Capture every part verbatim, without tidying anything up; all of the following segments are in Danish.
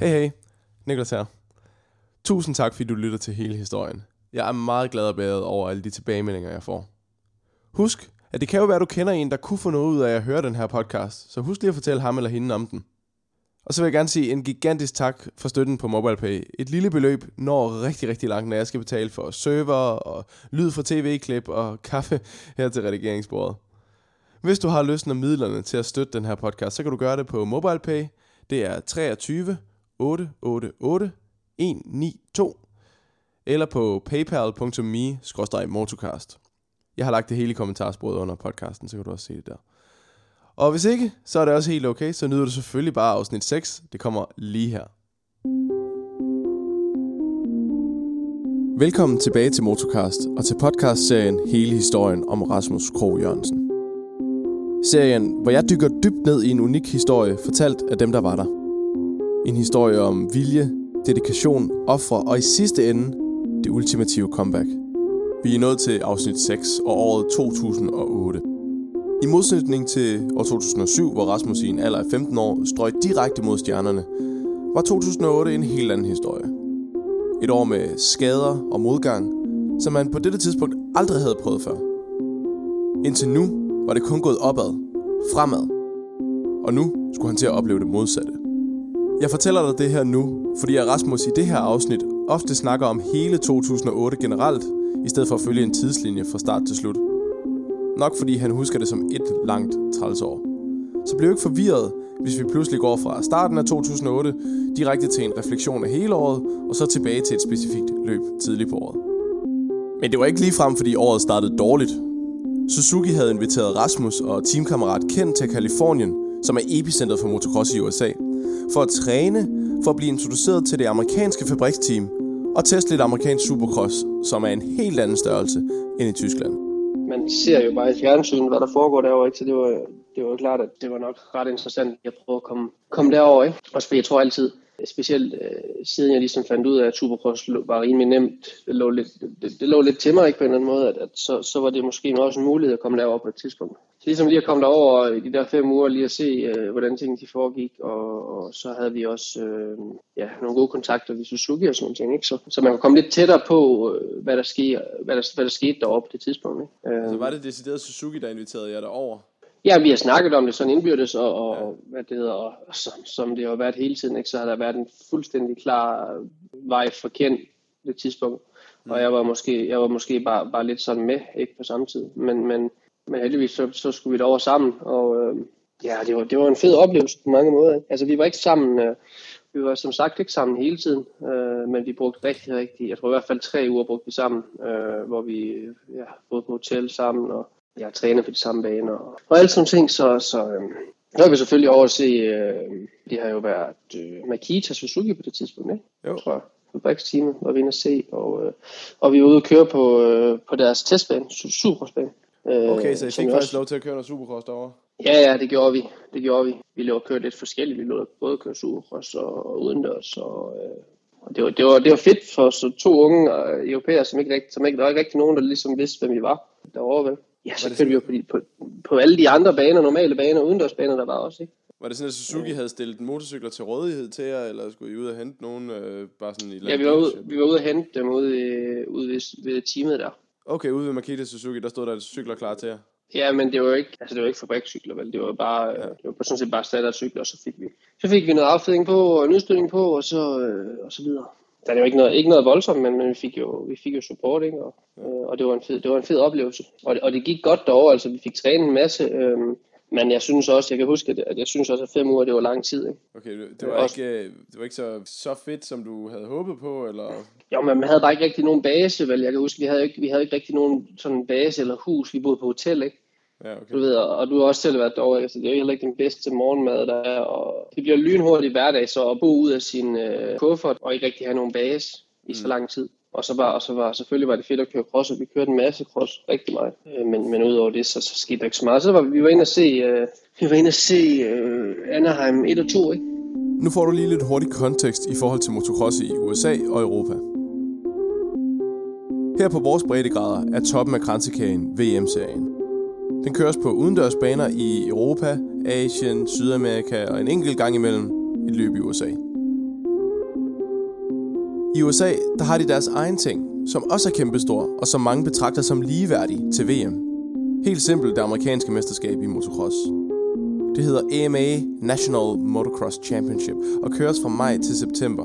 Hey hey, Niklas her. Tusind tak, fordi du lytter til hele historien. Jeg er meget glad og bæret over alle de tilbagemeldinger, jeg får. Husk, at det kan jo være, at du kender en, der kunne få noget ud af at høre den her podcast, så husk lige at fortælle ham eller hende om den. Og så vil jeg gerne sige en gigantisk tak for støtten på MobilePay. Et lille beløb når rigtig, rigtig langt, når jeg skal betale for server og lyd fra tv-klip og kaffe her til redigeringsbordet. Hvis du har lysten og midlerne til at støtte den her podcast, så kan du gøre det på MobilePay. Det er treogtyve otte otte otte et ni to eller på paypal punktum me skråstreg motocast. Jeg har lagt det hele i kommentarsporet under podcasten, så kan du også se det der. Og hvis ikke, så er det også helt okay, så nyder du selvfølgelig bare afsnit seks. Det kommer lige her. Velkommen tilbage til Motocast og til podcastserien Hele historien om Rasmus Krogh Jørgensen. Serien, hvor jeg dykker dybt ned i en unik historie, fortalt af dem, der var der. En historie om vilje, dedikation, ofre og i sidste ende det ultimative comeback. Vi er nået til afsnit seks og året to tusind og otte. I modsætning til år to tusind og syv, hvor Rasmus i en alder af femten år strøg direkte mod stjernerne, var to tusind og otte en helt anden historie. Et år med skader og modgang, som man på dette tidspunkt aldrig havde prøvet før. Indtil nu var det kun gået opad, fremad. Og nu skulle han til at opleve det modsatte. Jeg fortæller dig det her nu, fordi Rasmus i det her afsnit ofte snakker om hele to tusind og otte generelt, i stedet for at følge en tidslinje fra start til slut. Nok fordi han husker det som et langt trælsår. Så bliv ikke forvirret, hvis vi pludselig går fra starten af to tusind og otte direkte til en refleksion af hele året, og så tilbage til et specifikt løb tidligt på året. Men det var ikke ligefrem, fordi året startede dårligt. Suzuki havde inviteret Rasmus og teamkammerat Ken til Californien, som er epicentret for motocross i U S A, for at træne, for at blive introduceret til det amerikanske fabriksteam og teste lidt amerikansk supercross, som er en helt anden størrelse end i Tyskland. Man ser jo bare i fjernsynet, hvad der foregår derovre, ikke? Så det var, det var klart, at det var nok ret interessant at prøve at komme, komme derover, ikke? Også fordi jeg tror altid, specielt øh, siden jeg ligesom fandt ud af, at supercross var rimelig nemt, det lå lidt, det, det lå lidt til mig, ikke, på en eller anden måde, at, at så, så var det måske også en mulighed at komme derover på et tidspunkt. Så ligesom lige at komme derover i de der fem uger, lige at se, øh, hvordan tingene de foregik, og, og så havde vi også øh, ja, nogle gode kontakter ved Suzuki og sådan nogle ting, ikke? Så, så man kunne komme lidt tættere på, øh, hvad, der sker, hvad, der, hvad der skete deroppe på det tidspunkt, ikke? Øh, så var det decideret Suzuki, der inviterede jer derover? Ja, vi har snakket om det sådan indbyrdes, og, og ja. hvad det hedder, og som, som det har været hele tiden, ikke, så har der været en fuldstændig klar vej for Ken det tidspunkt. Mm. Og jeg var måske, jeg var måske bare, bare lidt sådan med, ikke på samme tid. Men, men, men heldigvis så, så skulle vi derover sammen, og øh, ja, det var, det var en fed oplevelse på mange måder. Ikke? Altså vi var ikke sammen, øh, vi var som sagt ikke sammen hele tiden, øh, men vi brugte rigtig, rigtig, jeg tror i hvert fald tre uger brugte vi sammen, øh, hvor vi ja, boede på hotel sammen, og jeg har trænet på de samme baner og, og alle sådan ting, så, så øh, så har vi selvfølgelig over at se, øh, det har jo været øh, Makita Suzuki på det tidspunkt, ikke? Jo. Tror jeg. Fabriksteamet var vi inde at se, og, øh, og vi var ude at køre på, øh, på deres testbane, Supercrossbane. Øh, okay, så I fik faktisk også lov til at køre noget Supercross derovre? Ja, ja, det gjorde vi. Det gjorde vi. Vi lå og køre lidt forskelligt. Vi lå både køre Supercross og, og udendørs, og, øh, og det var, det var, det var fedt for så to unge øh, europæere, som ikke rigtig, som ikke, der var ikke rigtig nogen, der ligesom vidste, hvem vi var derovre, vel? Ja, så kørte vi jo på, de, på, på alle de andre baner, normale baner, udendørsbaner, der var også, ikke? Var det sådan, at Suzuki ja. havde stillet motorcykler til rådighed til jer, eller skulle I ud og hente nogen øh, bare sådan i Ja, vi var, ude, vi var ude at hente dem ude, øh, ude ved, ved teamet der. Okay, ude ved Makita Suzuki, der stod der cykler klar til jer? Ja, men det var ikke, altså det var ikke fabrikscykler, vel? Det var bare, ja. det var sådan set bare standardcykler, og så fik vi, så fik vi noget affedring på, og en udstødning på, og så, øh, og så videre. Der er jo ikke noget, ikke noget voldsomt, men, men vi fik jo, vi fik jo support, ikke? Og, ja. øh, og det var en fed, det var en fed oplevelse. Og det, og det gik godt derovre, altså vi fik trænet en masse, øh, men jeg synes også, jeg kan huske, at jeg synes også, at fem uger, det var lang tid, ikke? Okay, det var også, ikke, det var ikke så, så fedt, som du havde håbet på, eller? Jo, men man havde bare ikke rigtig nogen base, vel? Jeg kan huske, vi havde ikke, vi havde ikke rigtig nogen sådan base eller hus, vi boede på hotel, ikke? Ja, okay. Du ved, og du har også selv været derovre, så det er jo heller ikke den bedste morgenmad, der er, og det bliver lynhurtigt hverdag, så at bo ud af sin øh, kuffert, og ikke rigtig have nogen base i mm. så lang tid. Og så var, og så var, selvfølgelig var det fedt at køre cross, og vi kørte en masse cross, rigtig meget. Øh, men, men udover det, så, så skete der ikke så meget. Så var vi var inde at se, øh, vi var inde at se øh, Anaheim et og to, ikke? Nu får du lige lidt hurtig kontekst i forhold til motocross i U S A og Europa. Her på vores breddegrader er toppen af kransekagen V M-serien. Den køres på udendørsbaner i Europa, Asien, Sydamerika og en enkelt gang imellem et løb i U S A. I U S A, der har de deres egen ting, som også er kæmpestor, og som mange betragter som ligeværdig til V M. Helt simpelt det amerikanske mesterskab i motocross. Det hedder A M A National Motocross Championship og køres fra maj til september.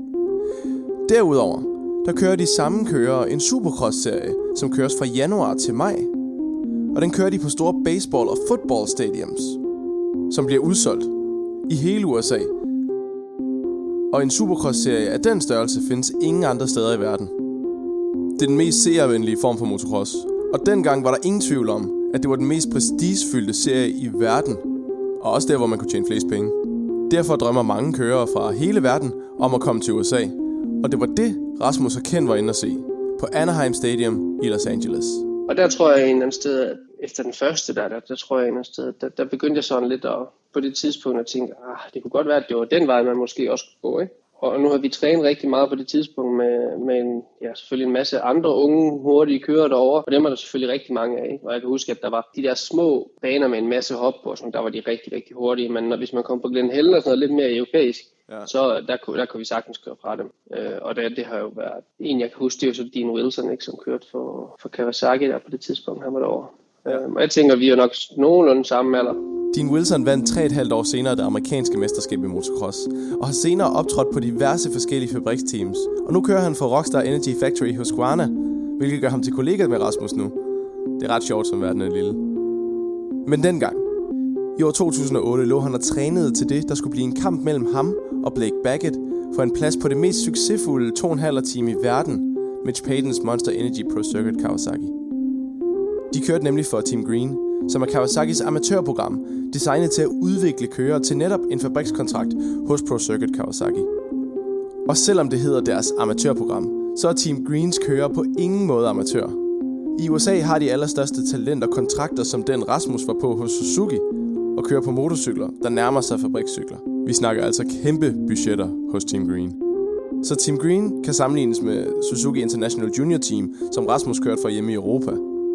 Derudover, der kører de samme kører en Supercross-serie, som køres fra januar til maj. Og den kører de på store baseball- og football stadiums, som bliver udsolgt i hele U S A. Og en Supercross-serie af den størrelse findes ingen andre steder i verden. Det er den mest seervenlige form for motocross. Og dengang var der ingen tvivl om, at det var den mest prestigefyldte serie i verden. Og også der, hvor man kunne tjene flest penge. Derfor drømmer mange kørere fra hele verden om at komme til U S A. Og det var det, Rasmus og Ken var inde at se på Anaheim Stadium i Los Angeles. Og der tror jeg en eller anden sted, at efter den første der, der, der tror jeg en eller anden sted, der, der begyndte jeg sådan lidt at, på det tidspunkt at tænke, ah, det kunne godt være, at det var den vej, man måske også skulle gå, ikke? Og nu har vi trænet rigtig meget på det tidspunkt med, med en, ja, selvfølgelig en masse andre unge, hurtige kører derovre. Og dem er der selvfølgelig rigtig mange af. Ikke? Og jeg kan huske, at der var de der små baner med en masse hop på, sådan, der var de rigtig, rigtig hurtige. Men når, hvis man kom på Glen Helen og sådan noget lidt mere europæisk, ja. så der, der kunne vi sagtens køre fra dem. Øh, og det, det har jo været en, jeg kan huske, det var så Dean Wilson, ikke, som kørte for, for Kawasaki der på det tidspunkt, han var derovre. Ja. Øh, og jeg tænker, vi er nok nogenlunde samme alder. Dean Wilson vandt tre og et halvt år senere det amerikanske mesterskab i motocross, og har senere optrådt på diverse forskellige fabriksteams. Og nu kører han for Rockstar Energy Factory hos Husqvarna, hvilket gør ham til kollega med Rasmus nu. Det er ret sjovt, som verden er lille. Men dengang, i år to tusind og otte, lå han og trænede til det, der skulle blive en kamp mellem ham og Blake Baggett for en plads på det mest succesfulde to og en halv team i verden, Mitch Paytons Monster Energy Pro Circuit Kawasaki. De kørte nemlig for Team Green, som er Kawasakis amatørprogram, designet til at udvikle kører til netop en fabrikskontrakt hos Pro Circuit Kawasaki. Og selvom det hedder deres amatørprogram, så er Team Greens kører på ingen måde amatør. I U S A har de allerstørste talenter kontrakter som den Rasmus var på hos Suzuki, og kører på motorcykler, der nærmer sig fabrikscykler. Vi snakker altså kæmpe budgetter hos Team Green. Så Team Green kan sammenlignes med Suzuki International Junior Team, som Rasmus kørte for hjemme i Europa.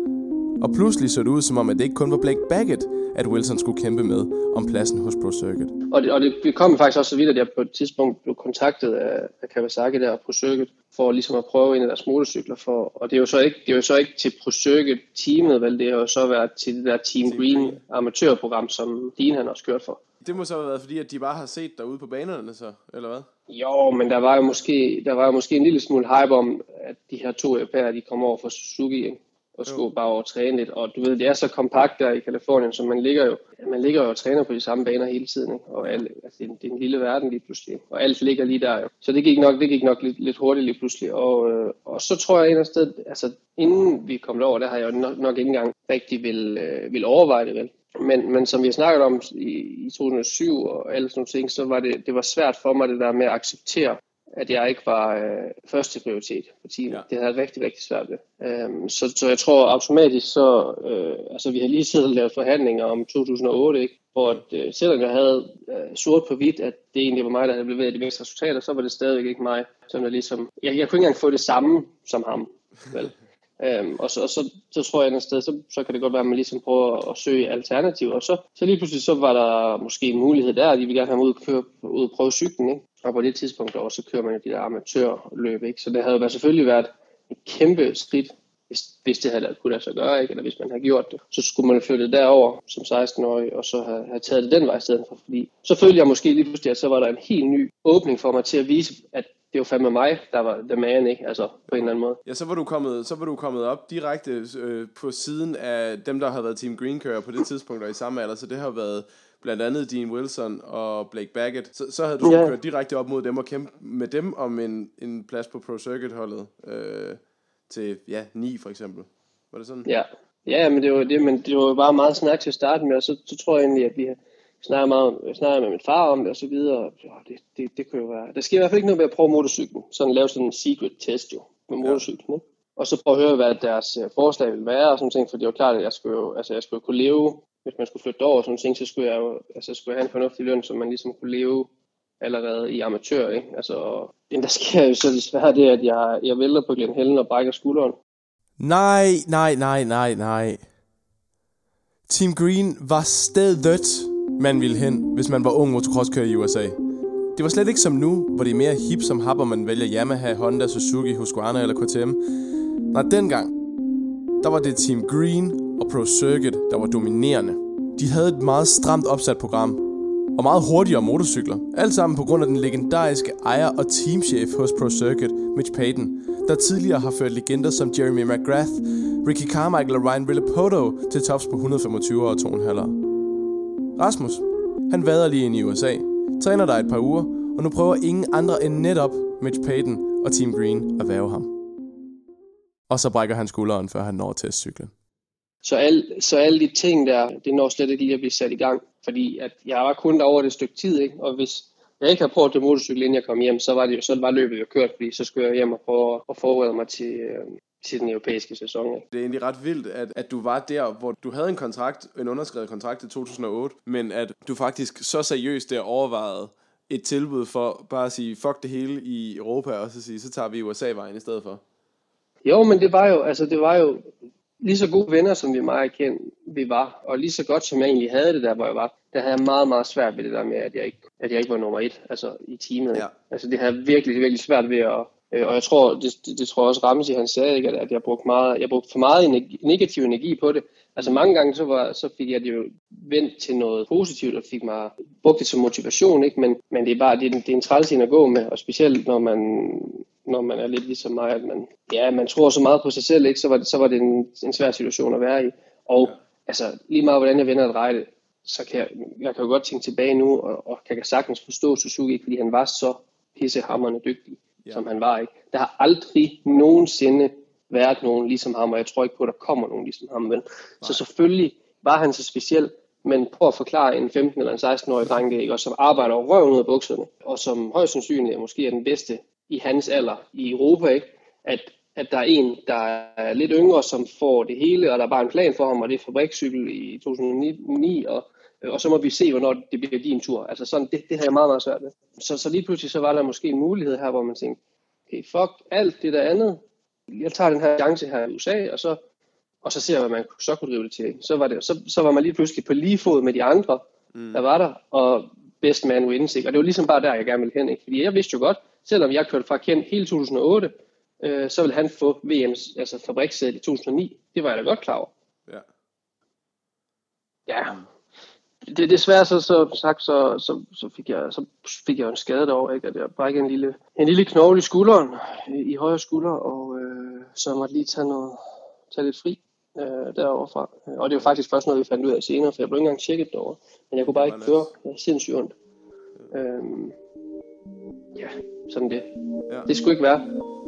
Og pludselig så det ud som om, at det ikke kun var Blake Baggett, at Wilson skulle kæmpe med om pladsen hos Pro Circuit. Og det, og det kom faktisk også så vidt, at jeg på et tidspunkt blev kontaktet af, af Kawasaki der Pro Circuit, for ligesom at prøve en af deres motorcykler. For, og det er jo så ikke, det er jo så ikke til Pro Circuit teamet, vel? Det har jo så været til det der Team, Team Green, Green amatørprogram, som Dean han også kørt for. Det må så have været fordi, at de bare har set derude på banerne så, eller hvad? Jo, men der var jo måske, der var jo måske en lille smule hype om, at de her to europæere, de kom over fra Suzuki, ikke? Og skulle jo. bare over træne lidt. Og du ved, det er så kompakt der i Kalifornien, så man ligger jo, man ligger jo og træner på de samme baner hele tiden, ikke? Og alle, altså, det, er en, det er en lille verden lige pludselig, og alt ligger lige der jo. Så det gik nok, det gik nok lidt, lidt hurtigt lige pludselig. Og, øh, og så tror jeg en af sted, altså inden vi kom derover, der har jeg jo nok, nok ikke engang rigtig vil, øh, vil overveje det vel. Men, men som vi har snakket om i, i to tusind og syv og alle sådan nogle ting, så var det, det var svært for mig det der med at acceptere, at jeg ikke var øh, første prioritet på teamet. Ja. Det havde jeg rigtig, rigtig svært ved. Øhm, så, så jeg tror automatisk så, øh, altså vi har lige siddet og lavet forhandlinger om to tusind og otte, ikke? Hvor at, øh, selvom jeg havde øh, sort på hvidt, at det egentlig var mig, der havde leveret de bedste resultater, så var det stadigvæk ikke mig. Som der ligesom, jeg, jeg kunne ikke engang få det samme som ham, vel? Øhm, og så, og så, så tror jeg et sted, så, så kan det godt være, at man ligesom prøver at, at søge alternativer. Og så, så lige pludselig så var der måske en mulighed der, at de ville gerne have mig ud og, køre, ud og prøve cyklen, ikke? Og på det tidspunkt også, så kører man jo de der amatørløb, ikke? Så det havde jo selvfølgelig været et kæmpe skridt, hvis, hvis det havde kunnet lade sig gøre, ikke? Eller hvis man havde gjort det. Så skulle man flytte derover som seksten-årig, og så have, have taget det den vej i stedet for. Fordi så følte jeg måske lige pludselig, at så var der en helt ny åbning for mig til at vise, at det var fandme mig, der var the man, ikke? Altså på en eller anden måde. Ja, så var du kommet, så var du kommet op direkte øh, på siden af dem, der havde været Team Green-kører på det tidspunkt og i samme alder, så det har været blandt andet Dean Wilson og Blake Baggett. Så, så havde du yeah. kørt direkte op mod dem og kæmpe med dem om en, en plads på Pro Circuit-holdet øh, til ja, ni for eksempel. Var det sådan? Ja, ja, men det var det, men det var bare meget snak til at starte med, og så, så tror jeg egentlig, at vi har snakket meget om, snakket med min far om det og så videre. Ja, det, det, det kunne jo være. Der sker i hvert fald ikke noget ved at prøve motorcyklen. Sådan lave sådan en secret test jo med motorcyklen, ikke? Og så prøve at høre, hvad deres forslag ville være og sådan ting, for det var klart, at jeg skulle jo, altså jeg skulle kunne leve. Hvis man skulle flytte over og sådan ting, så skulle jeg jo, altså skulle jeg have en fornuftig løn, så man ligesom kunne leve allerede i amatør, ikke? Altså, det der sker jo så desværre det, at jeg, jeg vælter på Glen Helen og brækker skulderen. Nej, nej, nej, nej, nej. Team Green var stedet, man ville hen, hvis man var ung motocrosskører i U S A. Det var slet ikke som nu, hvor det er mere hip som hap, og man vælger Yamaha, Honda, Suzuki, Husqvarna eller K T M. Nej, dengang, der var det Team Green og Pro Circuit, der var dominerende. De havde et meget stramt opsat program, og meget hurtigere motorcykler. Alt sammen på grund af den legendariske ejer og teamchef hos Pro Circuit, Mitch Payton, der tidligere har ført legender som Jeremy McGrath, Ricky Carmichael og Ryan Villopoto til tops på et hundrede og femogtyve og to komma fem. Rasmus, han vader lige ind i U S A, træner der et par uger, og nu prøver ingen andre end netop Mitch Payton og Team Green at væve ham. Og så brækker han skulderen, før han når at testcyklen. Så, al, så alle de ting der, det når slet ikke lige at blive sat i gang, fordi at jeg var kun derovre det stykke tid, ikke? Og hvis jeg ikke havde prøvet det motorcykel, inden jeg kom hjem, så var, det, så var løbet jo kørt, fordi så skulle jeg hjem og prøve at forberede mig til, øh, til den europæiske sæson. Ikke? Det er egentlig ret vildt, at, at du var der, hvor du havde en kontrakt, en underskrevet kontrakt i to tusind og otte, men at du faktisk så seriøst der overvejede et tilbud for bare at sige, fuck det hele i Europa, og så sige, så tager vi U S A-vejen i stedet for. Jo, men det var jo, altså det var jo lige så gode venner, som vi meget kendt, vi var, og lige så godt, som jeg egentlig havde det der, hvor jeg var, der havde jeg meget, meget svært ved det der med, at jeg ikke, at jeg ikke var nummer et, altså i teamet. Ja. Altså det havde jeg virkelig, virkelig svært ved at, øh, og jeg tror, det, det, det tror jeg også Ramsey, han sagde, ikke, at jeg brugte meget, jeg brugte for meget energi, negativ energi på det. Altså mange gange, så, var, så fik jeg det jo vendt til noget positivt, og fik mig brugt det som motivation, ikke, men, men det er bare, det er, det er en træls en at gå med, og specielt når man, når man er lidt ligesom mig, at man, ja, man tror så meget på sig selv, ikke, så var det, så var det en, en svær situation at være i. Og ja. Altså, lige meget hvordan jeg vender at dreje det, så kan jeg, jeg kan jo godt tænke tilbage nu, og, og kan sagtens forstå Suzuki, fordi han var så pissehammerende dygtig, ja. Som han var. Ikke. Der har aldrig nogensinde været nogen ligesom ham, og jeg tror ikke på, at der kommer nogen ligesom ham. Men. Så selvfølgelig var han så speciel, men prøv at forklare en femten- eller en seksten-årig dreng, ikke, og som arbejder røven ud af bukserne, og som højst sandsynligt måske er den bedste i hans alder i Europa, ikke? At, at der er en, der er lidt yngre, som får det hele, og der er bare en plan for ham, og det er fabrikscykel i to tusind og ni, og, og så må vi se, hvornår det bliver din tur. Altså sådan, det, det har jeg meget, meget svært ved. Så, så lige pludselig så var der måske en mulighed her, hvor man tænkte, okay, fuck alt det der andet. Jeg tager den her chance her i U S A, og så, og så ser jeg, hvad man så kunne drive det til. Så var, det, så, så var man lige pludselig på lige fod med de andre, mm. der var der, og best man wins, ikke? Og det var ligesom bare der, jeg gerne ville hen, ikke? Fordi jeg vidste jo godt, selvom jeg kørte fra Kent hele to tusind og otte, øh, så ville han få V M's, altså fabrikssæde i to tusind og ni. Det var jeg da godt klar over. Ja. Ja. Det, desværre så, så sagt, så, så, så, fik jeg, så fik jeg en skade derovre, ikke? At jeg brækkede en lille, en lille knogle i skulderen, i højre skulder, og øh, så jeg måtte lige tage, noget, tage lidt fri øh, derovre fra. Og det var faktisk først noget, vi fandt ud af senere, for jeg blev ikke engang tjekket derovre. Men jeg kunne bare ikke køre. Jeg er sindssygt ondt. Øhm, ja, sådan det. Ja. Det skulle ikke være.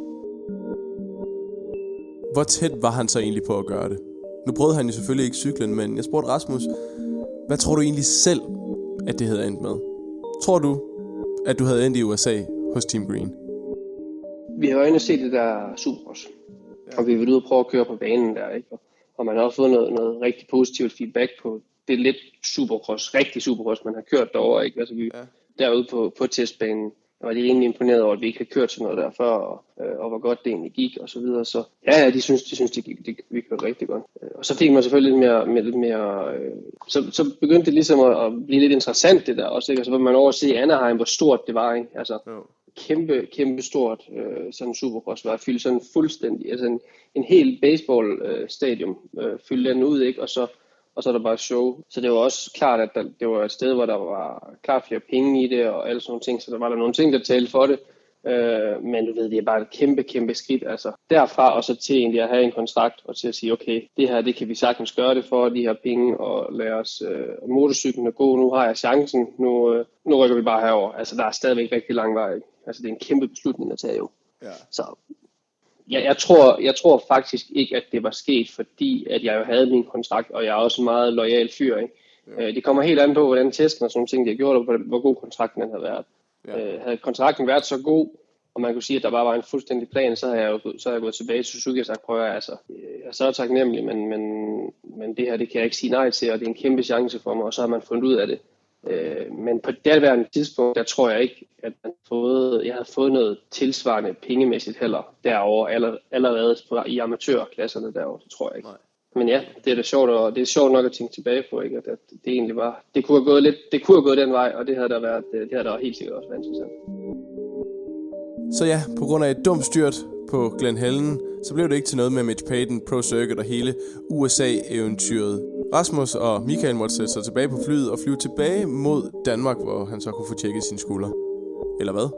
Hvor tæt var han så egentlig på at gøre det? Nu prøvede han jo selvfølgelig ikke cyklen, men jeg spurgte Rasmus, hvad tror du egentlig selv, at det havde endt med? Tror du, at du havde endt i U S A hos Team Green? Vi har jo egentlig set det der Supercross, ja. Og vi har været ude og prøve at køre på banen der, ikke? Og man har også fået noget, noget rigtig positivt feedback på det lidt Supercross, rigtig Supercross, man har kørt derovre, ikke? Altså vi ja. Derude på, på testbanen, og de er egentlig imponeret over, at vi ikke har kørt til noget der før, og, øh, og hvor godt det egentlig gik, og så videre. Så ja, ja, de synes, de synes, det gik, det, vi kørte rigtig godt. Og så fik man selvfølgelig lidt mere, med, lidt mere øh, så, så begyndte det ligesom at, at blive lidt interessant det der også, ikke? Og så var man over at se Anaheim, hvor stort det var, ikke? Altså jo. kæmpe, kæmpe stort øh, sådan Supercross var fyldt sådan fuldstændig, altså en, en hel baseball øh, stadium øh, fyldte den ud, ikke? Og så Og så er der bare show. Så det var også klart, at der, det var et sted, hvor der var klart flere penge i det, og alle sådan nogle ting. Så der var der nogle ting, der talte for det. Øh, men du ved, det er bare et kæmpe, kæmpe skridt. Altså derfra og så til egentlig at have en kontrakt, og til at sige, okay, det her, det kan vi sagtens gøre det for, de her penge, og lade os øh, motorcyklen at gå. Nu har jeg chancen. Nu, øh, nu rykker vi bare herover. Altså der er stadigvæk rigtig lang vej. Ikke? Altså det er en kæmpe beslutning at tage jo. Ja. Så Ja, jeg tror, jeg tror faktisk ikke, at det var sket, fordi at jeg jo havde min kontrakt, og jeg er også en meget loyal fyr. Ikke? Ja. Det kommer helt an på, hvordan testen og sådan nogle ting, de har gjort, og hvor god kontrakten den havde været. Ja. Havde kontrakten været så god, og man kunne sige, at der bare var en fuldstændig plan, så havde jeg jo så havde jeg gået tilbage til Suzuki og sagt, prøv at altså, jeg er så taknemmelig, men, men, men det her, det kan jeg ikke sige nej til, og det er en kæmpe chance for mig, og så har man fundet ud af det. Men på det værende tidspunkt, der tror jeg ikke, at man fået, jeg havde fået noget tilsvarende pengemæssigt heller derovre, allerede i amatørklasserne derovre, det tror jeg ikke. Nej. Men ja, det er da sjovt, og det er sjovt nok at tænke tilbage på, ikke? At, at det egentlig var, det kunne have gået lidt, det kunne have gået den vej, og det havde der været, det havde der helt sikkert også været interessant. Så ja, på grund af et dumt styrt på Glen Helen, så blev det ikke til noget med Mitch Payton, Pro Circuit og hele U S A-eventyret. Rasmus og Michael måtte sætte sig tilbage på flyet og flyve tilbage mod Danmark, hvor han så kunne få tjekket sine skuldre. Eller hvad?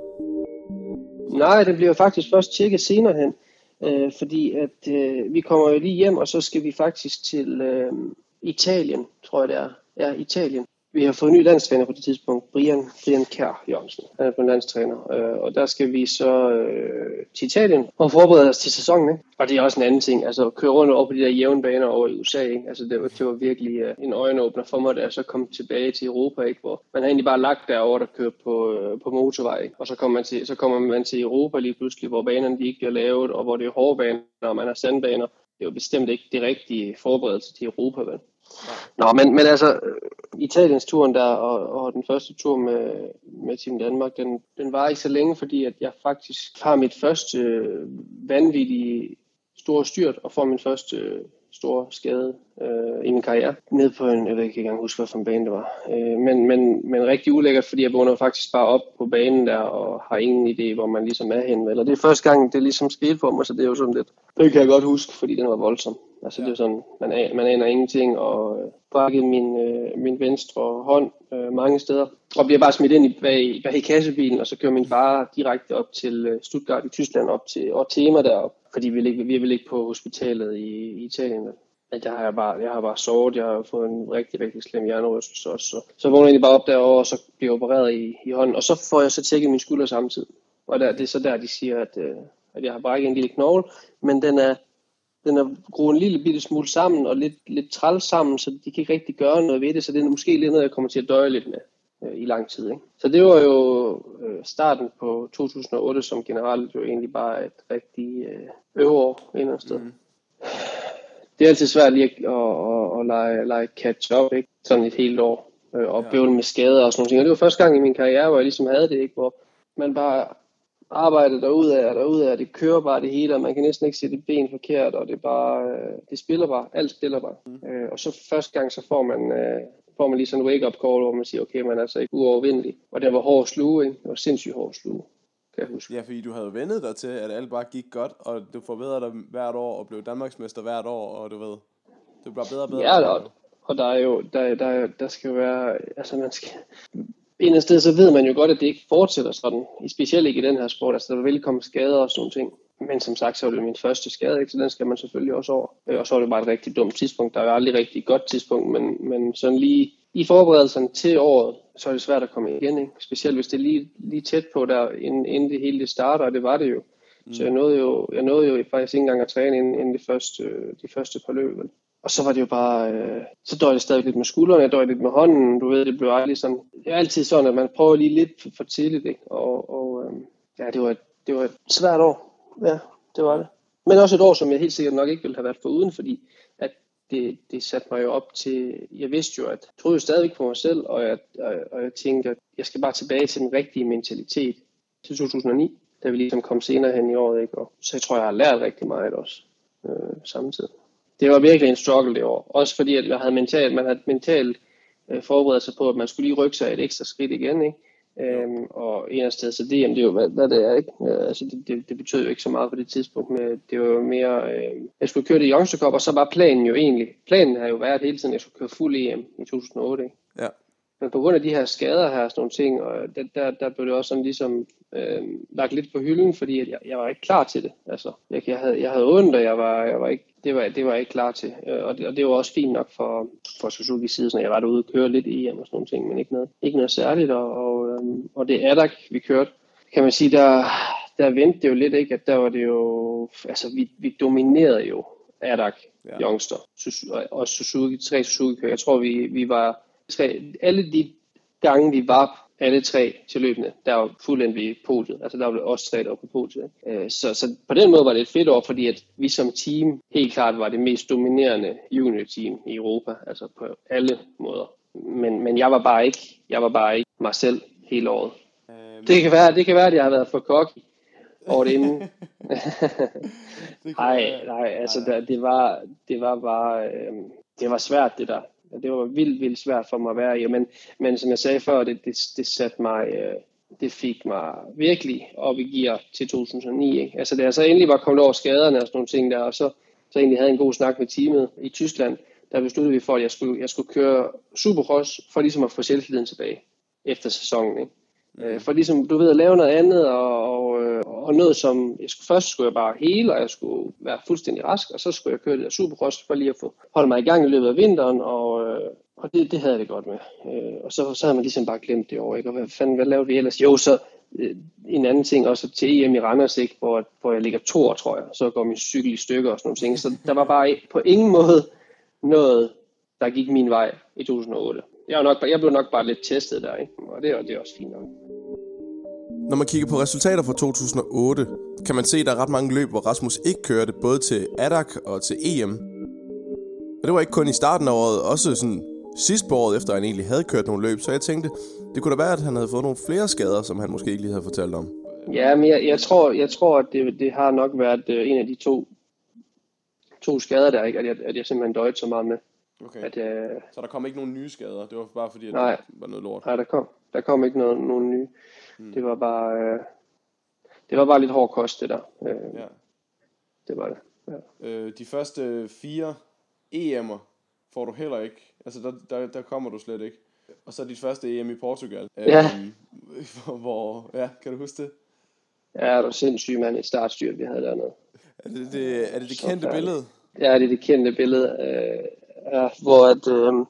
Nej, det bliver faktisk først tjekket senere hen, øh, fordi at øh, vi kommer jo lige hjem, og så skal vi faktisk til øh, Italien, tror jeg det er. Ja, Italien. Vi har fået en ny landstræner på det tidspunkt, Brian, Brian Kjær Jørgensen. Han er på en landstræner, øh, og der skal vi så øh, til Italien og forberede os til sæsonen. Ikke? Og det er også en anden ting, altså at køre rundt over på de der jævne baner over i U S A. Ikke? Altså det var, det var virkelig øh, en øjenåbner for mig, da jeg så kom tilbage til Europa, ikke? Hvor man har egentlig bare lagt derovre, der kører på, øh, på motorvej. Ikke? Og så kommer, man til, så kommer man til Europa lige pludselig, hvor banerne de ikke bliver lavet, og hvor det er hårde baner, og man har sandbaner. Det er jo bestemt ikke det rigtige forberedelse til Europa, vel? Nå, men, men altså, Italiens turen der, og, og den første tur med, med Team Danmark, den, den var ikke så længe, fordi at jeg faktisk har mit første øh, vanvittige store styrt, og får min første øh, store skade øh, i min karriere. Ned på en, jeg ved ikke engang huske, hvad for en bane det var. Øh, men, men, men rigtig ulækkert, fordi jeg vågner faktisk bare op på banen der, og har ingen idé, hvor man ligesom er henne. Eller det er første gang, det ligesom skete for mig, så det er jo sådan lidt. Det kan jeg godt huske, fordi den var voldsom. Altså ja. Det er sådan, man, an, man aner ingenting, og øh, brækket min, øh, min venstre hånd øh, mange steder. Og bliver bare smidt ind i, bag, bag i kassebilen, og så kører min far direkte op til øh, Stuttgart i Tyskland, op til Ortema deroppe. Fordi vi vil ikke, vi vil ikke på hospitalet i, i Italien. Men der har jeg bare, jeg har bare sovet, jeg har fået en rigtig, rigtig slem hjernerystelse også. Så, så vågner jeg egentlig bare op derovre, og så bliver jeg opereret i, i hånden. Og så får jeg så tjekket min skulder samtidig. Og der, det er så der, de siger, at, øh, at jeg har brækket en lille knogle, men den er Den er groet en lille bitte smule sammen og lidt, lidt træls sammen, så de kan ikke rigtig gøre noget ved det. Så det er måske lidt noget, jeg kommer til at døje lidt med øh, i lang tid. Ikke? Så det var jo øh, starten på to tusind og otte, som generelt jo egentlig bare et rigtig øh, øveår et eller andet sted. Mm. Det er altid svært lige at, at, at, at lege, lege catch up, ikke? Sådan et helt år. Øh, og ja. Bøvle med skader og sådan noget. Og det var første gang i min karriere, hvor jeg ligesom havde det, ikke? Hvor man bare arbejdet derudad og derudad, det kører bare det hele, og man kan næsten ikke sætte et ben forkert, og det er bare, det spiller bare, alt spiller bare. Mm. Øh, og så første gang, så får man, øh, får man lige sådan en wake-up call, hvor man siger, okay, man er altså ikke uovervindelig. Og det var hård sluge, ikke? Det var sindssygt hård sluge, kan jeg huske. Ja, fordi du havde vendet dig til, at alt bare gik godt, og du forbedrede dig hvert år, og blev Danmarksmester hvert år, og du ved, det blev bedre og bedre. Ja, og, og der er jo, der, der, der skal jo være, altså man skal... En af sted, så ved man jo godt, at det ikke fortsætter sådan, specielt ikke i den her sport, altså der vil velkommen skader og sådan nogle ting. Men som sagt, så var det min første skade, ikke? Så den skal man selvfølgelig også over. Og så var det bare et rigtig dumt tidspunkt, der er jo aldrig et rigtig godt tidspunkt, men, men sådan lige i forberedelserne til året, så er det svært at komme igen, ikke? Specielt hvis det er lige, lige tæt på der, inden, inden det hele det starter, og det var det jo. Mm. Så jeg nåede jo, jeg nåede jo faktisk ikke engang at træne inden, inden det første, de første par løb. Og så var det jo bare, øh, så døjede det stadig lidt med skuldrene, jeg døjede lidt med hånden, du ved, det blev aldrig sådan, det er altid sådan, at man prøver lige lidt for, for tidligt, ikke? Og, og øh, ja, det var, det var et svært år, ja, det var det. Men også et år, som jeg helt sikkert nok ikke ville have været foruden, fordi at det, det satte mig jo op til, jeg vidste jo, at jeg troede jo stadigvæk på mig selv, og jeg, og, og jeg tænkte, at jeg skal bare tilbage til den rigtige mentalitet til to tusind og ni, da vi ligesom kom senere hen i året, ikke? Og så jeg tror, jeg har lært rigtig meget også øh, samtidig. Det var virkelig en struggle det år. Også fordi, at jeg havde mentalt, man havde mentalt øh, forberedt sig på, at man skulle lige rykke sig et ekstra skridt igen. Ikke? Øhm, og en af stedet, så det, jamen, det er jo, hvad, hvad det er. Ikke? Øh, altså, det, det, det betød jo ikke så meget på det tidspunkt. Men det var jo mere, øh, jeg skulle køre det i Youngster Cup, og så var planen jo egentlig, planen har jo været hele tiden, at jeg skulle køre fuld E M i to tusind og otte. Ikke? Ja. Men på grund af de her skader her og sådan nogle ting, og der, der, der blev det også sådan ligesom øh, lagt lidt på hylden, fordi at jeg, jeg var ikke klar til det. Altså, jeg, jeg, havde, jeg havde ondt, og jeg var, jeg var ikke, det, var, det var jeg ikke klar til. Og det, og det var også fint nok for, for Suzuki's side, så jeg var derude og køre lidt i E M og sådan nogle ting, men ikke noget, ikke noget særligt. Og, og, øhm, og det er der, vi kørte, kan man sige, der, der vendte det jo lidt, ikke? At der var det jo, altså vi, vi dominerede jo A D A C, ja. Youngster og, og Suzuki, tre Suzuki. Jeg tror, vi, vi var tre, alle de gange, vi var alle tre til løbende, der var fuldendt vi podiet. Altså der var det også tre, der var på podiet. Så, så på den måde var det et fedt år, fordi at vi som team helt klart var det mest dominerende junior-team i Europa. Altså på alle måder. Men, men jeg var bare ikke, jeg var bare ikke mig selv hele året. Um... Det kan være, det kan være, at jeg har været for cocky. året inden. Nej, nej, altså der, det var, det var bare, øh, det var svært det der. Det var vildt, vildt svært for mig at være i, men, men som jeg sagde før, det, det, det satte mig, øh, det fik mig virkelig op i gear til to tusind og ni. Ikke? Altså da jeg så endelig var kommet over skaderne og sådan nogle ting der, og så, så egentlig havde en god snak med teamet i Tyskland, der besluttede vi for, at jeg skulle, jeg skulle køre Supercross for ligesom at få selvtilliden tilbage efter sæsonen. Ikke? Mm. For ligesom, du ved, at lave noget andet, og, og, og noget som, jeg skulle, først skulle jeg bare hele, og jeg skulle være fuldstændig rask, og så skulle jeg køre det der Supercross, for lige at få holde mig i gang i løbet af vinteren, og, og det, det havde jeg det godt med. Og så, så havde man ligesom bare glemt det over, ikke? Og hvad fanden, hvad lavede vi ellers? Jo, så en anden ting også til E M i Randers, ikke? Hvor, hvor jeg ligger to år, tror jeg, så går min cykel i stykker og sådan nogle ting. Så der var bare på ingen måde noget, der gik min vej i to tusind og otte. Jeg, var nok, jeg blev nok bare lidt testet der, ikke? Og det, det er også fint nok. Når man kigger på resultater fra to tusind og otte, kan man se, at der er ret mange løb, hvor Rasmus ikke kørte, både til A D A C og til E M. Og det var ikke kun i starten af året, også sådan sidst på året, efter han egentlig havde kørt nogle løb. Så jeg tænkte, det kunne da være, at han havde fået nogle flere skader, som han måske ikke lige havde fortalt om. Ja, men jeg, jeg tror, jeg tror at det, det har nok været en af de to, to skader der, ikke? At, jeg, at jeg simpelthen døjede så meget med. Okay. At, øh... Så der kom ikke nogen nye skader? Det var bare fordi, at nej, det var noget lort? Nej, der kom, der kom ikke noget, nogen nye. Hmm. Det var bare øh... det var bare lidt hård kost, det der. Øh... Ja. Det var det. Ja. Øh, de første fire E M'er får du heller ikke. Altså, der, der, der kommer du slet ikke. Og så dit første E M i Portugal. Ja. Øh, hvor, ja, kan du huske det? Ja, det var sindssygt, mand. Et startstyrt, vi havde dernede. Er det det, er det, det kendte så billede? Ja, det er det kendte billede. Øh... Ja, hvor at, øh,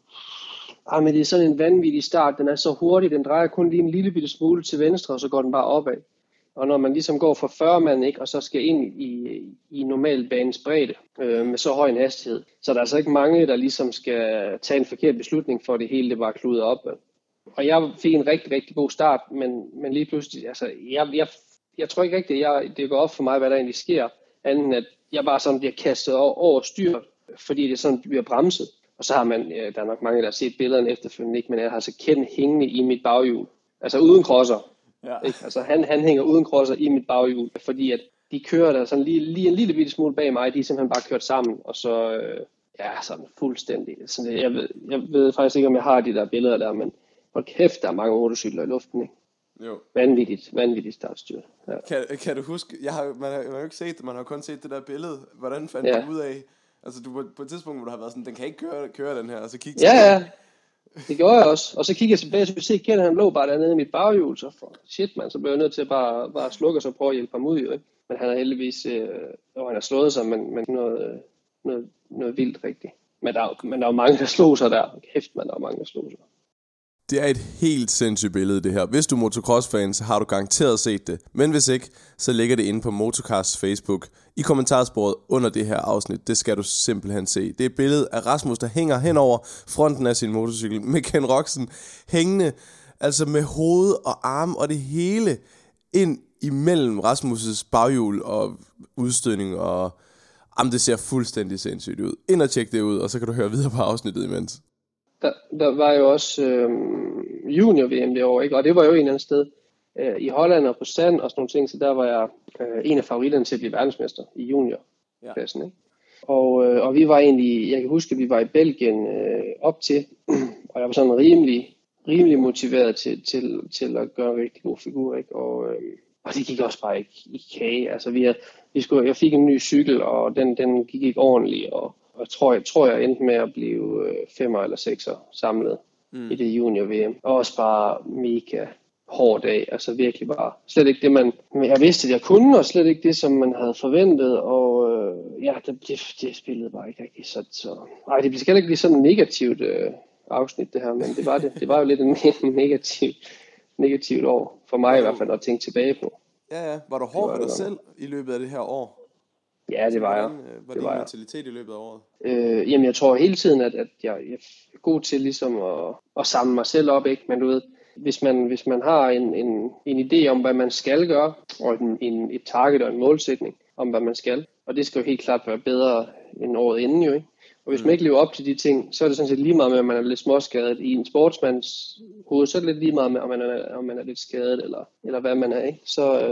ah, men det er sådan en vanvittig start. Den er så hurtig, den drejer kun lige en lille bitte smule til venstre, og så går den bare opad. Og når man ligesom går fra fyrre mand, ikke, og så skal ind i, i normalbanens bredde øh, med så høj en hastighed, så der er altså ikke mange, der ligesom skal tage en forkert beslutning, for det hele det bare kluder op. Og jeg fik en rigtig, rigtig god start, men, men lige pludselig, altså, jeg, jeg, jeg tror ikke rigtigt, jeg, det går op for mig, hvad der egentlig sker, anden at jeg bare sådan bliver kastet over, over styret, fordi det sådan bliver bremset. Og så har man, ja, der er nok mange, der har set billederne efterfølgende, ikke? Men jeg har så kendt hængende i mit baghjul. Altså uden krosser. Ja. Ikke? Altså han, han hænger uden krosser i mit baghjul, fordi at de kører der sådan lige, lige en lille bitte smule bag mig, de er simpelthen bare kørt sammen, og så, øh, ja, sådan fuldstændig. Sådan, jeg, ved, jeg ved faktisk ikke, om jeg har de der billeder der, men hold kæft, der er mange motorcykler i luften, ikke? Jo. Vanvittigt, vanvittigt startstyrt. Ja. Kan, kan du huske, jeg har, man, har, man har jo ikke set det, man har kun set det der billede. Hvordan fandt ja. du ud af? Altså du på et tidspunkt, hvor du har været sådan, den kan ikke køre, køre den her, og så kigge til. Ja, ja. Det gjorde jeg også. Og så kiggede jeg tilbage, så vi se, at han lå bare dernede i mit baghjul, så for shit man, så blev jeg nødt til at bare, bare slukke og så prøve at hjælpe ham ud, jo, ikke? Men han har heldigvis, øh, og han har slået sig, men, men noget, noget, noget vildt rigtigt. Men der, men der er jo mange, der slog sig der. Kæft, man, der er mange, der slog sig. Det er et helt sindssygt billede, det her. Hvis du er motocross-fan, så har du garanteret set det. Men hvis ikke, så ligger det inde på Motorcars Facebook i kommentarsporet under det her afsnit. Det skal du simpelthen se. Det er et billede af Rasmus, der hænger hen over fronten af sin motorcykel med Ken Roczen hængende, altså med hoved og arm og det hele ind imellem Rasmus' baghjul og udstødning. Og jamen, det ser fuldstændig sindssygt ud. Ind og tjek det ud, og så kan du høre videre på afsnittet imens. Der, der var jo også øh, junior-V M det år, ikke? Og det var jo en eller anden sted øh, i Holland og på sand og sådan nogle ting, så der var jeg øh, en af favoritterne til at blive verdensmester i junior-klassen, ikke? Og, øh, og vi var egentlig, jeg kan huske, at vi var i Belgien øh, op til, og jeg var sådan rimelig, rimelig motiveret til, til, til at gøre en rigtig god figur, ikke? Og, øh, og det gik også bare ikke i kage. Altså, vi havde, vi skulle, jeg fik en ny cykel, og den, den gik ikke ordentligt, og Og jeg tror, jeg tror, jeg endte med at blive øh, femmer eller sekser samlet mm. i det junior-V M. Og også bare mega hård dag. Altså virkelig bare slet ikke det, man... Jeg vidste, at jeg kunne, og slet ikke det, som man havde forventet. Og øh, ja, det, det, det spillede bare ikke rigtig så... så. Ej, det skal ikke blive sådan et negativt øh, afsnit, det her, men det var det. Det var jo lidt en, en negativ, negativt år. For mig i hvert fald at tænke tilbage på. Ja, ja. Var du hård ved dig selv i løbet af det her år? Ja, det var jeg. Var det din mentalitet i løbet af året? Øh, jamen, jeg tror hele tiden, at, at jeg, jeg er god til ligesom at, at samle mig selv op, ikke? Men du ved, hvis man, hvis man har en, en, en idé om, hvad man skal gøre, og en, en, et target og en målsætning om, hvad man skal, og det skal jo helt klart være bedre end året inden, jo, ikke? Og hvis mm. man ikke lever op til de ting, så er det sådan set lige meget med, at man er lidt småskadet i en sportsmands hoved, så er det lidt lige meget med, om man er, om man er lidt skadet, eller, eller hvad man er, ikke? Så, øh,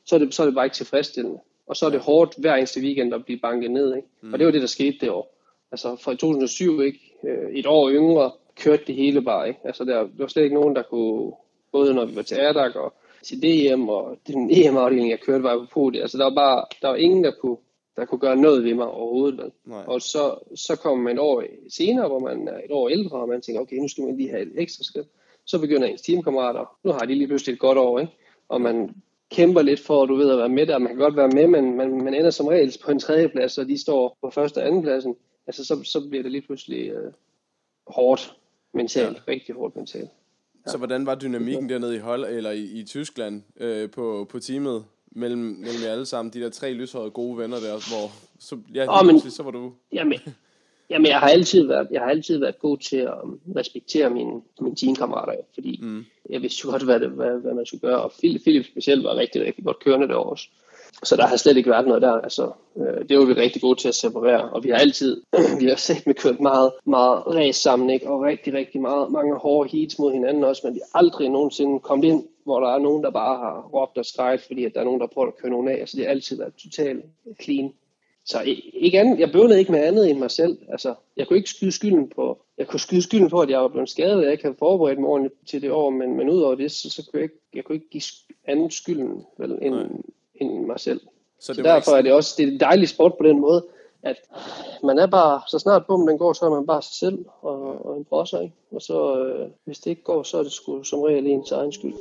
så er det, så er det bare ikke tilfredsstillende. Og så er det hårdt hver eneste weekend at blive banket ned, ikke? Mm. Og det var det, der skete det år. Altså fra to tusind og syv, ikke? Et år yngre, kørte det hele bare, ikke? Altså der, der var slet ikke nogen, der kunne, både når vi var til A D A C og til D M, og den E M-afdeling, jeg kørte, var på podiet. Altså der var bare, der var ingen, der kunne, der kunne gøre noget ved mig overhovedet. Og så, så kom man et år senere, hvor man er et år ældre, og man tænker, okay, nu skal man lige have et ekstra skridt. Så begynder ens teamkammerater, nu har de lige pludselig et godt år, ikke? Og man kæmper lidt for, at du ved at være med der. Man kan godt være med, men man, man ender som regel på en tredjeplads, og de står på første og anden pladsen. Altså så, så bliver det lige pludselig øh, hårdt mentalt, ja. Rigtig hårdt mentalt. Ja. Så hvordan var dynamikken dernede i Hold eller i, i Tyskland øh, på, på teamet mellem, mellem jer alle sammen, de der tre lyshårede gode venner der, hvor så, ja, oh, men, så var du... Jamen, jamen jeg har altid været, jeg har altid været god til at respektere mine, mine teamkammerater, fordi mm. jeg vidste jo godt, hvad, det, hvad, hvad man skulle gøre, og Philip, Philip specielt var rigtig, rigtig godt kørende derovre også. Så der har slet ikke været noget der. Altså, øh, det var vi rigtig gode til at separere, og vi har altid, vi har set med kørt meget, meget race sammen, ikke? Og rigtig, rigtig meget, mange hårde heats mod hinanden også, men vi har aldrig nogensinde kommet ind, hvor der er nogen, der bare har råbt og skreget, fordi at der er nogen, der prøver at køre nogen af. Altså det har altid været totalt clean. Så ikke andet, jeg bøvlede ikke med andet end mig selv. Altså, jeg kunne ikke skyde skylden på, jeg kunne skyde skylden på, at jeg var blevet skadet, og jeg ikke havde forberedt mig ordentligt til det år, men, men ud over det, så, så kunne jeg ikke, jeg kunne ikke give andet skylden vel, end, end mig selv. Så, så derfor er det også det er en dejlig sport på den måde, at man er bare, så snart bomben den går, så er man bare sig selv og, og en brosser, ikke? Og så, øh, hvis det ikke går, så er det sgu som regel ens egen skyld.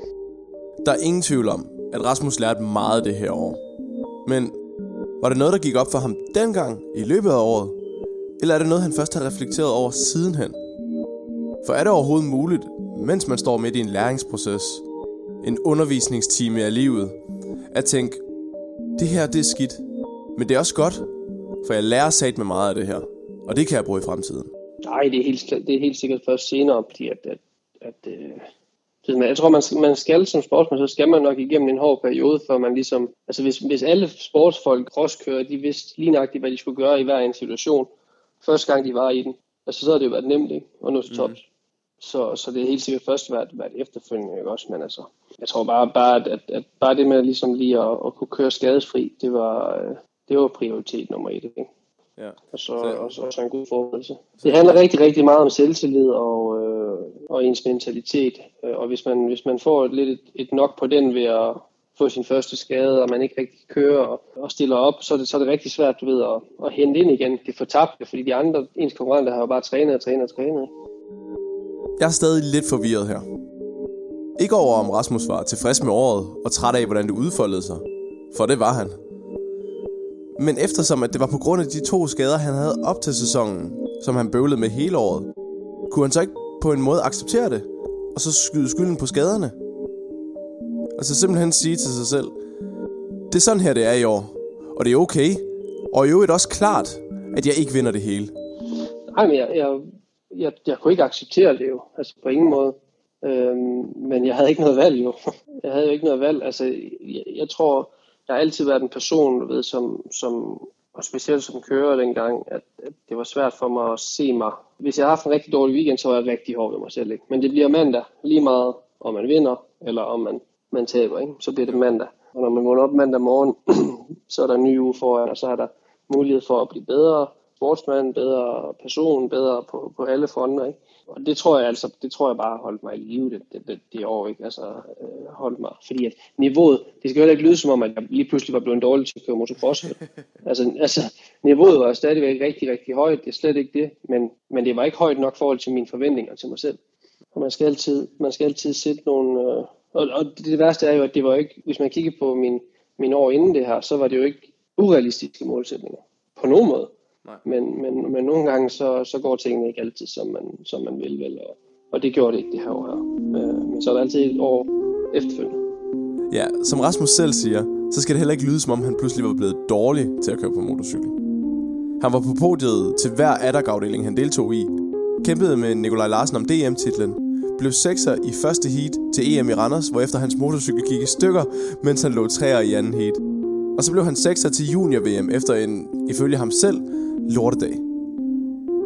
Der er ingen tvivl om, at Rasmus lærte meget det her år. Men var det noget, der gik op for ham dengang i løbet af året? Eller er det noget, han først har reflekteret over sidenhen? For er det overhovedet muligt, mens man står midt i en læringsproces, en undervisningstime af livet, at tænke, det her det er skidt, men det er også godt, for jeg lærer sat med meget af det her, og det kan jeg bruge i fremtiden. Nej, det er helt, det er helt sikkert først senere, fordi at, at, at øh, jeg tror, man, man skal som sportsman, så skal man nok igennem en hård periode, før man ligesom, altså hvis, hvis alle sportsfolk crosskører, de vidste lige nøjagtigt, hvad de skulle gøre i hver en situation, første gang de var i den, altså så har det jo været nemt, ikke? Og nå til tops. Mm. Så, så det er helt sikkert først været, været efterfølgende, ikke også? Men altså, jeg tror bare, bare at, at, at bare det med ligesom lige at, at kunne køre skadesfri, det var, det var prioritet nummer et, ikke? Ja. Og så også, også en god forberedelse. Det handler rigtig, rigtig meget om selvtillid og, øh, og ens mentalitet. Og hvis man, hvis man får et, lidt et, et nok på den ved at få sin første skade, og man ikke rigtig kører og, og stiller op, så er, det, så er det rigtig svært, du ved, at, at hente ind igen. Det fortabte, fordi de andre, ens konkurrenter har jo bare trænet og trænet og trænet. Jeg er stadig lidt forvirret her. Ikke over om Rasmus var tilfreds med året og træt af, hvordan det udfoldede sig. For det var han. Men eftersom at det var på grund af de to skader, han havde op til sæsonen, som han bøvlede med hele året, kunne han så ikke på en måde acceptere det, og så skyde skylden på skaderne? Altså simpelthen sige til sig selv, det er sådan her, det er i år, og det er okay, og i øvrigt også klart, at jeg ikke vinder det hele. Nej, men jeg, jeg, jeg, jeg kunne ikke acceptere det jo, altså på ingen måde. Øhm, men jeg havde ikke noget valg jo. Jeg havde jo ikke noget valg. Altså, jeg, jeg tror, jeg har altid været en person, du ved, som, som og specielt som kører dengang, at, at det var svært for mig at se mig. Hvis jeg har haft en rigtig dårlig weekend, så var jeg rigtig hård ved mig selv, ikke? Men det bliver mandag, lige meget om man vinder, eller om man, man taber, ikke? Så bliver det mandag. Og når man vågner op mandag morgen, så er der en ny uge foran, og så er der mulighed for at blive bedre sportsmand, bedre person, bedre på, på alle fronter, ikke? Og det tror jeg altså, det tror jeg bare har holdt mig i live det, det, det, det år, ikke? Altså øh, holdt mig, fordi at niveauet, det skal jo ikke lyde som om, at jeg lige pludselig var blevet dårlig til at køre motocross. altså, altså, niveauet var stadigvæk rigtig, rigtig højt, det er slet ikke det, men, men det var ikke højt nok i forhold til mine forventninger til mig selv. Og man skal altid, man skal altid sætte nogle, øh, og, og det, det værste er jo, at det var ikke, hvis man kigger på min, mine år inden det her, så var det jo ikke urealistiske målsætninger, på nogen måde. Men, men, men nogle gange, så, så går tingene ikke altid, som man, som man vil, vel, og, og det gjorde det ikke det her år her. Men så er der altid et år efterfølgende. Ja, som Rasmus selv siger, så skal det heller ikke lyde, som om han pludselig var blevet dårlig til at køre på motorcykel. Han var på podiet til hver A D A C-afdeling, han deltog i, kæmpede med Nikolaj Larsen om D M-titlen, blev sekser i første heat til E M i Randers, hvorefter hans motorcykel gik i stykker, mens han lå træer i anden heat. Og så blev han sekser til junior-V M efter en, ifølge ham selv, lortedag.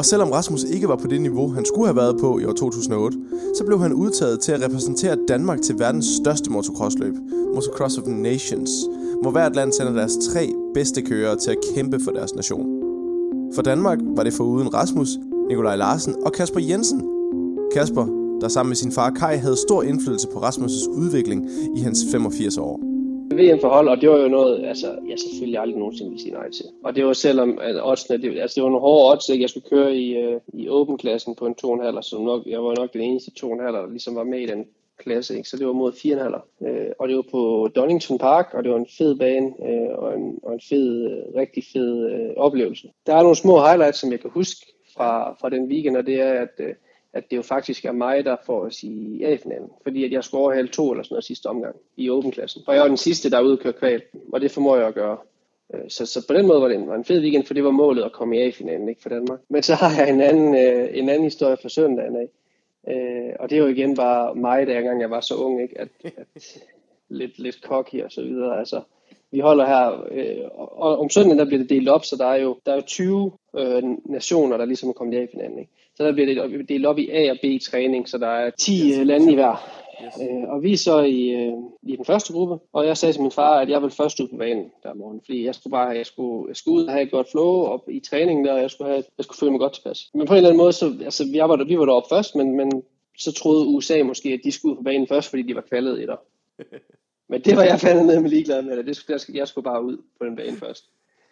Og selvom Rasmus ikke var på det niveau, han skulle have været på i år to tusind og otte, så blev han udtaget til at repræsentere Danmark til verdens største motocrossløb, Motocross of Nations, hvor hvert land sender deres tre bedste kørere til at kæmpe for deres nation. For Danmark var det foruden Rasmus, Nikolaj Larsen og Kasper Jensen. Kasper, der sammen med sin far Kai havde stor indflydelse på Rasmus' udvikling i hans femogfirs år. V M-forhold, og det var jo noget, altså, jeg selvfølgelig aldrig nogensinde ville sige nej til. Og det var selvom, at oddsene, det, altså det var nogle hårde odds, ikke? Jeg skulle køre i, uh, i Open-klassen på en to komma fem, så nok, jeg var nok den eneste to komma fem, der ligesom var med i den klasse, ikke? Så det var mod fire komma fem. Uh, og det var på Donington Park, og det var en fed bane, uh, og, en, og en fed, uh, rigtig fed uh, oplevelse. Der er nogle små highlights, som jeg kan huske fra, fra den weekend, og det er, at uh, at det jo faktisk er mig, der får at sige A-finalen. Fordi at jeg skulle overhale to eller sådan noget sidste omgang i Open-klassen. Og jeg var den sidste, der er ude og køre kval, og det formår jeg at gøre. Så, så på den måde var det en, var en fed weekend, for det var målet at komme i A-finalen, ikke for Danmark. Men så har jeg en anden, en anden historie fra søndagen af. Og det er jo igen bare mig, da jeg var så ung, ikke? At, at lidt, lidt cocky og så videre. Altså, vi holder her, øh, og om søndagen der bliver det delt op, så der er jo, der er jo tyve øh, nationer, der ligesom er kommet i A-finalen, ikke? Så der bliver det delt op i A og B-træning, så der er ti yes. lande i hver. Yes. Øh, og vi er så i, øh, i den første gruppe, og jeg sagde til min far, at jeg ville først ud på banen der morgen, fordi jeg skulle bare jeg skulle, jeg skulle ud og have et godt flow op i træningen der, og jeg skulle, have, jeg skulle føle mig godt tilpas. Men på en eller anden måde, så altså, jeg var der, vi var deroppe først, men, men så troede U S A måske, at de skulle ud på banen først, fordi de var kvalet i der. Men det var jeg fandme ned med ligeglad med, det skulle, jeg skulle bare ud på den bane først.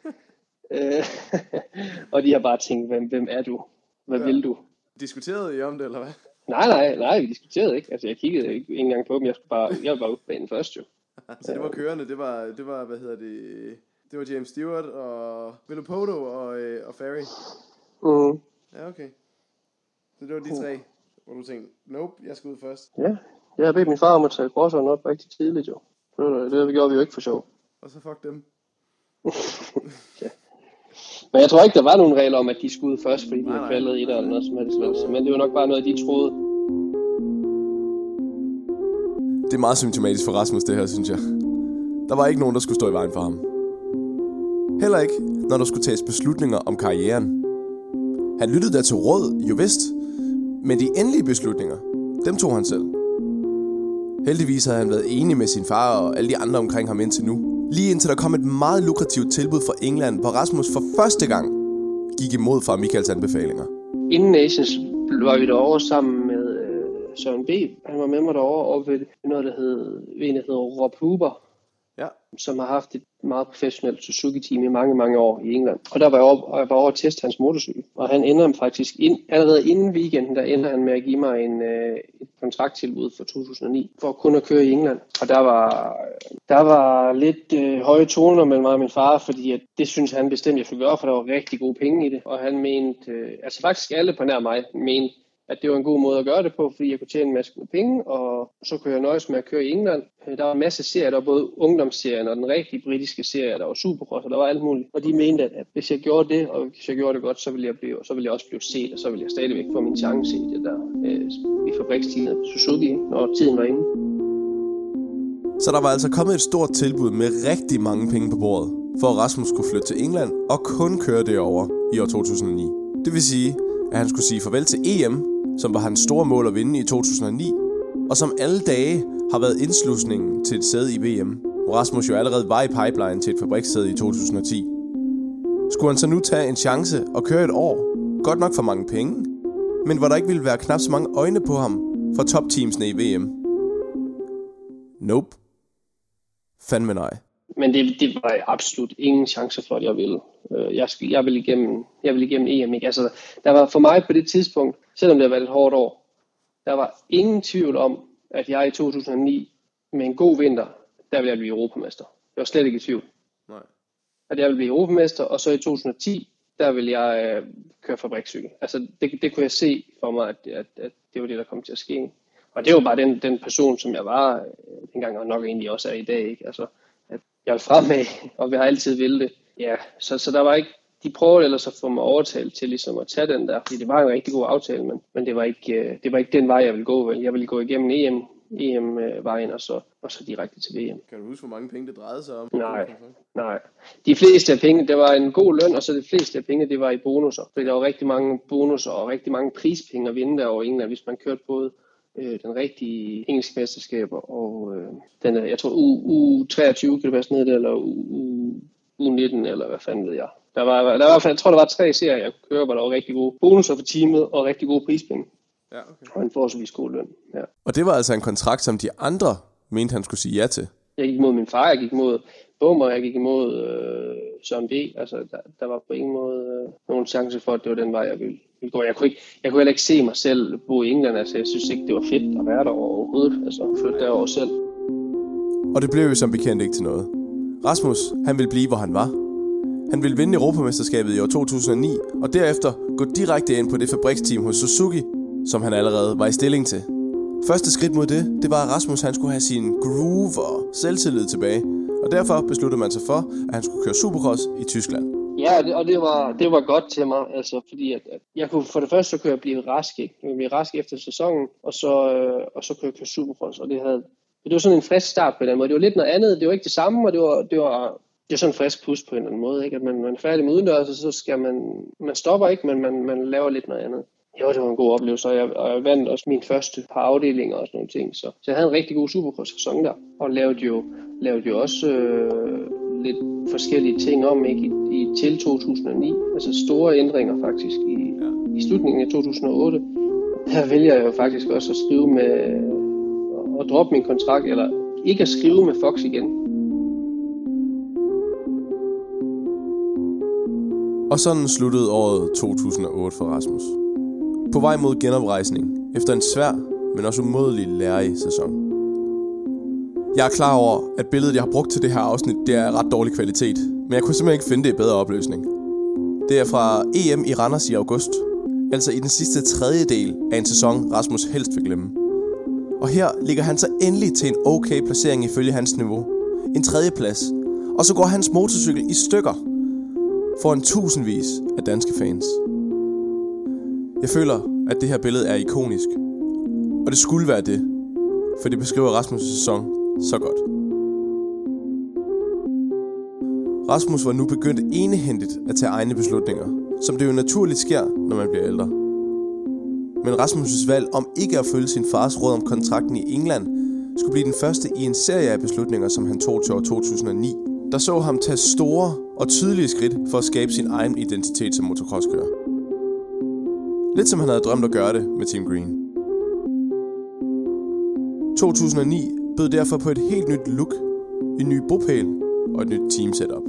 Og de har bare tænkt, hvem, hvem er du? Hvad ja. vil du? Diskuterede I om det, eller hvad? Nej, nej, nej, vi diskuterede ikke. Altså, jeg kiggede ikke engang på dem. Jeg skulle bare, jeg var bare ud på banen først, jo. Så det var kørende, det var, det var, hvad hedder det, det var James Stewart og Villopoto og, og Ferry. Mhm. Ja, okay. Så det var de tre, hvor du tænkte, nope, jeg skal ud først. Ja, jeg har bedt min far om at tage crosseren op rigtig tidligt, jo. Det, det gjorde vi jo ikke for sjov. Og så fuck dem. Ja. Men jeg tror ikke, der var nogen regler om, at de skulle ud først, fordi de var faldet i det eller noget som helst. Men det var nok bare noget, de troede. Det er meget symptomatisk for Rasmus, det her, synes jeg. Der var ikke nogen, der skulle stå i vejen for ham. Heller ikke, når der skulle tages beslutninger om karrieren. Han lyttede der til råd, jo vist. Men de endelige beslutninger, dem tog han selv. Heldigvis havde han været enig med sin far og alle de andre omkring ham indtil nu. Lige indtil der kom et meget lukrativt tilbud fra England, hvor Rasmus for første gang gik imod far Michaels anbefalinger. Inden Nations var vi derovre sammen med øh, Søren B. Han var med mig derovre og ved noget, der hed, en, der hedder Rob Huber, ja. som har haft et meget professionelt Suzuki-team i mange, mange år i England. Og der var jeg over, og jeg var over at teste hans motorcykel. Og han ender faktisk, ind, allerede inden weekenden, der ender han med at give mig en, øh, et kontrakttilbud for to tusind og ni, for kun at køre i England. Og der var, der var lidt øh, høje toner mellem mig og min far, fordi at det synes han bestemt, jeg fik gøre, for der var rigtig gode penge i det. Og han mente, øh, altså faktisk alle på nær mig, mente, at det var en god måde at gøre det på, fordi jeg kunne tjene en masse gode penge, og så kunne jeg nøjes med at køre i England. Der var en masse serier, der var både ungdomsserien og den rigtige britiske serie, der var Supercross, og der var alt muligt. Og de mente, at hvis jeg gjorde det, og hvis jeg gjorde det godt, så ville jeg, blive, så ville jeg også blive set, og så ville jeg stadigvæk få min chance i det der øh, i fabriksteamet Suzuki, når tiden var inde. Så der var altså kommet et stort tilbud med rigtig mange penge på bordet, for at Rasmus skulle flytte til England og kun køre derovre i år to tusind og ni. Det vil sige, at han skulle sige farvel til E M, som var hans store mål at vinde i to tusind og ni, og som alle dage har været indslusningen til et sæde i V M, hvor Rasmus jo allerede var i pipeline til et fabrikssæde i to tusind og ti. Skulle han så nu tage en chance og køre et år, godt nok for mange penge, men hvor der ikke ville være knap så mange øjne på ham fra topteamsene i V M? Nope. Fandme nej. Men det, det var absolut ingen chance for, at jeg ville. Jeg, jeg, ville igennem, jeg ville igennem E M, ikke? Altså, der var for mig på det tidspunkt, selvom det har været et hårdt år, der var ingen tvivl om, at jeg i to tusind og ni med en god vinter, der ville jeg blive europamester. Jeg var slet ikke i tvivl. Nej. At jeg ville blive europamester, og så i to tusind og ti, der ville jeg øh, køre fabrikscykel. Altså det, det kunne jeg se for mig, at, at, at det var det, der kom til at ske. Og det var bare den, den person, som jeg var øh, dengang, og nok egentlig også er i dag, ikke? Altså, at jeg vil fremad, og vi har altid ville det. Ja, så, så der var ikke, de prøvede ellers at få mig overtalt til ligesom at tage den der, fordi det var en rigtig god aftale, men, men det, var ikke, det var ikke den vej, jeg ville gå. Vel? Jeg ville gå igennem E M E M-vejen, og så, og så direkte til V M. Kan du huske, hvor mange penge det drejede sig om? Nej, nej. De fleste af penge, det var en god løn, og så de fleste af penge, det var i bonusser. Fordi der var rigtig mange bonusser og rigtig mange prispenge at vinde over England, hvis man kørte både øh, den rigtige engelske mesterskaber og øh, den, jeg tror, U treogtyve kan det være sådan noget, eller U nitten, eller hvad fanden ved jeg. Der var, der var, jeg tror, der var tre serier, jeg kunne køre, hvor der var rigtig gode bonusser for teamet og rigtig gode prispenge. Ja, okay. Og en forholdsvis god løn, ja. Og det var altså en kontrakt, som de andre mente, han skulle sige ja til? Jeg gik imod min far, jeg gik imod Bummer, jeg gik imod øh, Søren B. Altså, der, der var på ingen måde øh, nogen chance for, at det var den vej, jeg ville, ville gå. Jeg kunne, ikke, jeg kunne heller ikke se mig selv bo i England, altså jeg synes ikke, det var fedt at være der overhovedet, altså flytte derover selv. Og det blev jo som bekendt ikke til noget. Rasmus, han ville blive, hvor han var. Han ville vinde Europamesterskabet i år to tusind og ni, og derefter gå direkte ind på det fabriksteam hos Suzuki, som han allerede var i stilling til. Første skridt mod det, det var, at Rasmus han skulle have sin groove og selvtillid tilbage, og derfor besluttede man sig for, at han skulle køre Supercross i Tyskland. Ja, og det, og det, var, det var godt til mig, altså, fordi at, at jeg kunne, for det første så kunne jeg blive rask, ikke? Jeg kunne blive rask efter sæsonen, og så, øh, og så kunne jeg køre Supercross, og det havde, det var sådan en frisk start på den måde. Det var lidt noget andet, det var ikke det samme, og det var, det var, det var sådan en frisk pust på en eller anden måde, ikke? At man, man er færdig med udendørs, og så skal man, man stopper ikke, men man, man laver lidt noget andet. Jo, det var en god oplevelse, og jeg, og jeg vandt også min første par afdelinger og sådan nogle ting. Så, så jeg havde en rigtig god Supercross-sæson der, og lavede jo, lavede jo også øh, lidt forskellige ting om, ikke, i, i til to tusind og ni. Altså store ændringer faktisk i, i slutningen af to tusind og otte. Der vælger jeg jo faktisk også at skrive med, at droppe min kontrakt, eller ikke at skrive med Fox igen. Og sådan sluttede året to tusind og otte for Rasmus. På vej mod genoprejsning, efter en svær, men også umådelig lærerig sæson. Jeg er klar over, at billedet, jeg har brugt til det her afsnit, det er ret dårlig kvalitet, men jeg kunne simpelthen ikke finde det i bedre opløsning. Det er fra E M i Randers i august, altså i den sidste tredjedel af en sæson, Rasmus helst vil glemme. Og her ligger han så endelig til en okay placering ifølge hans niveau. En tredjeplads, og så går hans motorcykel i stykker foran tusindvis af danske fans. Jeg føler, at det her billede er ikonisk. Og det skulle være det, for det beskriver Rasmus' sæson så godt. Rasmus var nu begyndt enehændigt at tage egne beslutninger, som det jo naturligt sker, når man bliver ældre. Men Rasmus' valg om ikke at følge sin fars råd om kontrakten i England, skulle blive den første i en serie af beslutninger, som han tog til år to tusind og ni, der så ham tage store og tydelige skridt for at skabe sin egen identitet som motocrosskører. Lidt som han havde drømt at gøre det med Team Green. to tusind og ni bød derfor på et helt nyt look, en ny bopæl og et nyt team setup.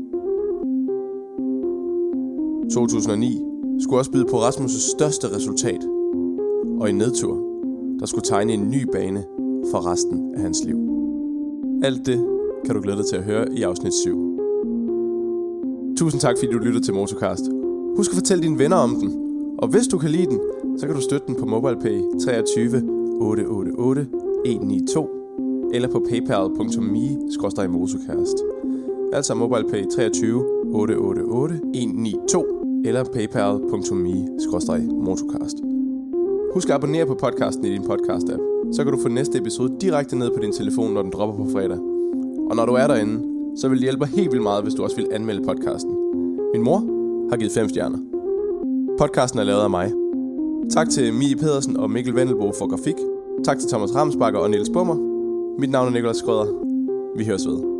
to tusind og ni skulle også byde på Rasmus' største resultat, og en nedtur, der skulle tegne en ny bane for resten af hans liv. Alt det kan du glæde dig til at høre i afsnit syv. Tusind tak, fordi du lytter til Motocast. Husk at fortælle dine venner om den, og hvis du kan lide den, så kan du støtte den på MobilePay treogtyve otte otte otte en ni to eller på paypal punktum me skråstreg motocast. Altså MobilePay treogtyve otte otte otte en ni to eller paypal punktum me skråstreg motocast. Husk at abonnere på podcasten i din podcast-app, så kan du få næste episode direkte ned på din telefon, når den dropper på fredag. Og når du er derinde, så vil det hjælpe helt vildt meget, hvis du også vil anmelde podcasten. Min mor har givet fem stjerner. Podcasten er lavet af mig. Tak til Mie Pedersen og Mikkel Vendelbo for grafik. Tak til Thomas Ramsbakker og Niels Bummer. Mit navn er Nicolas Schrøder. Vi høres ved.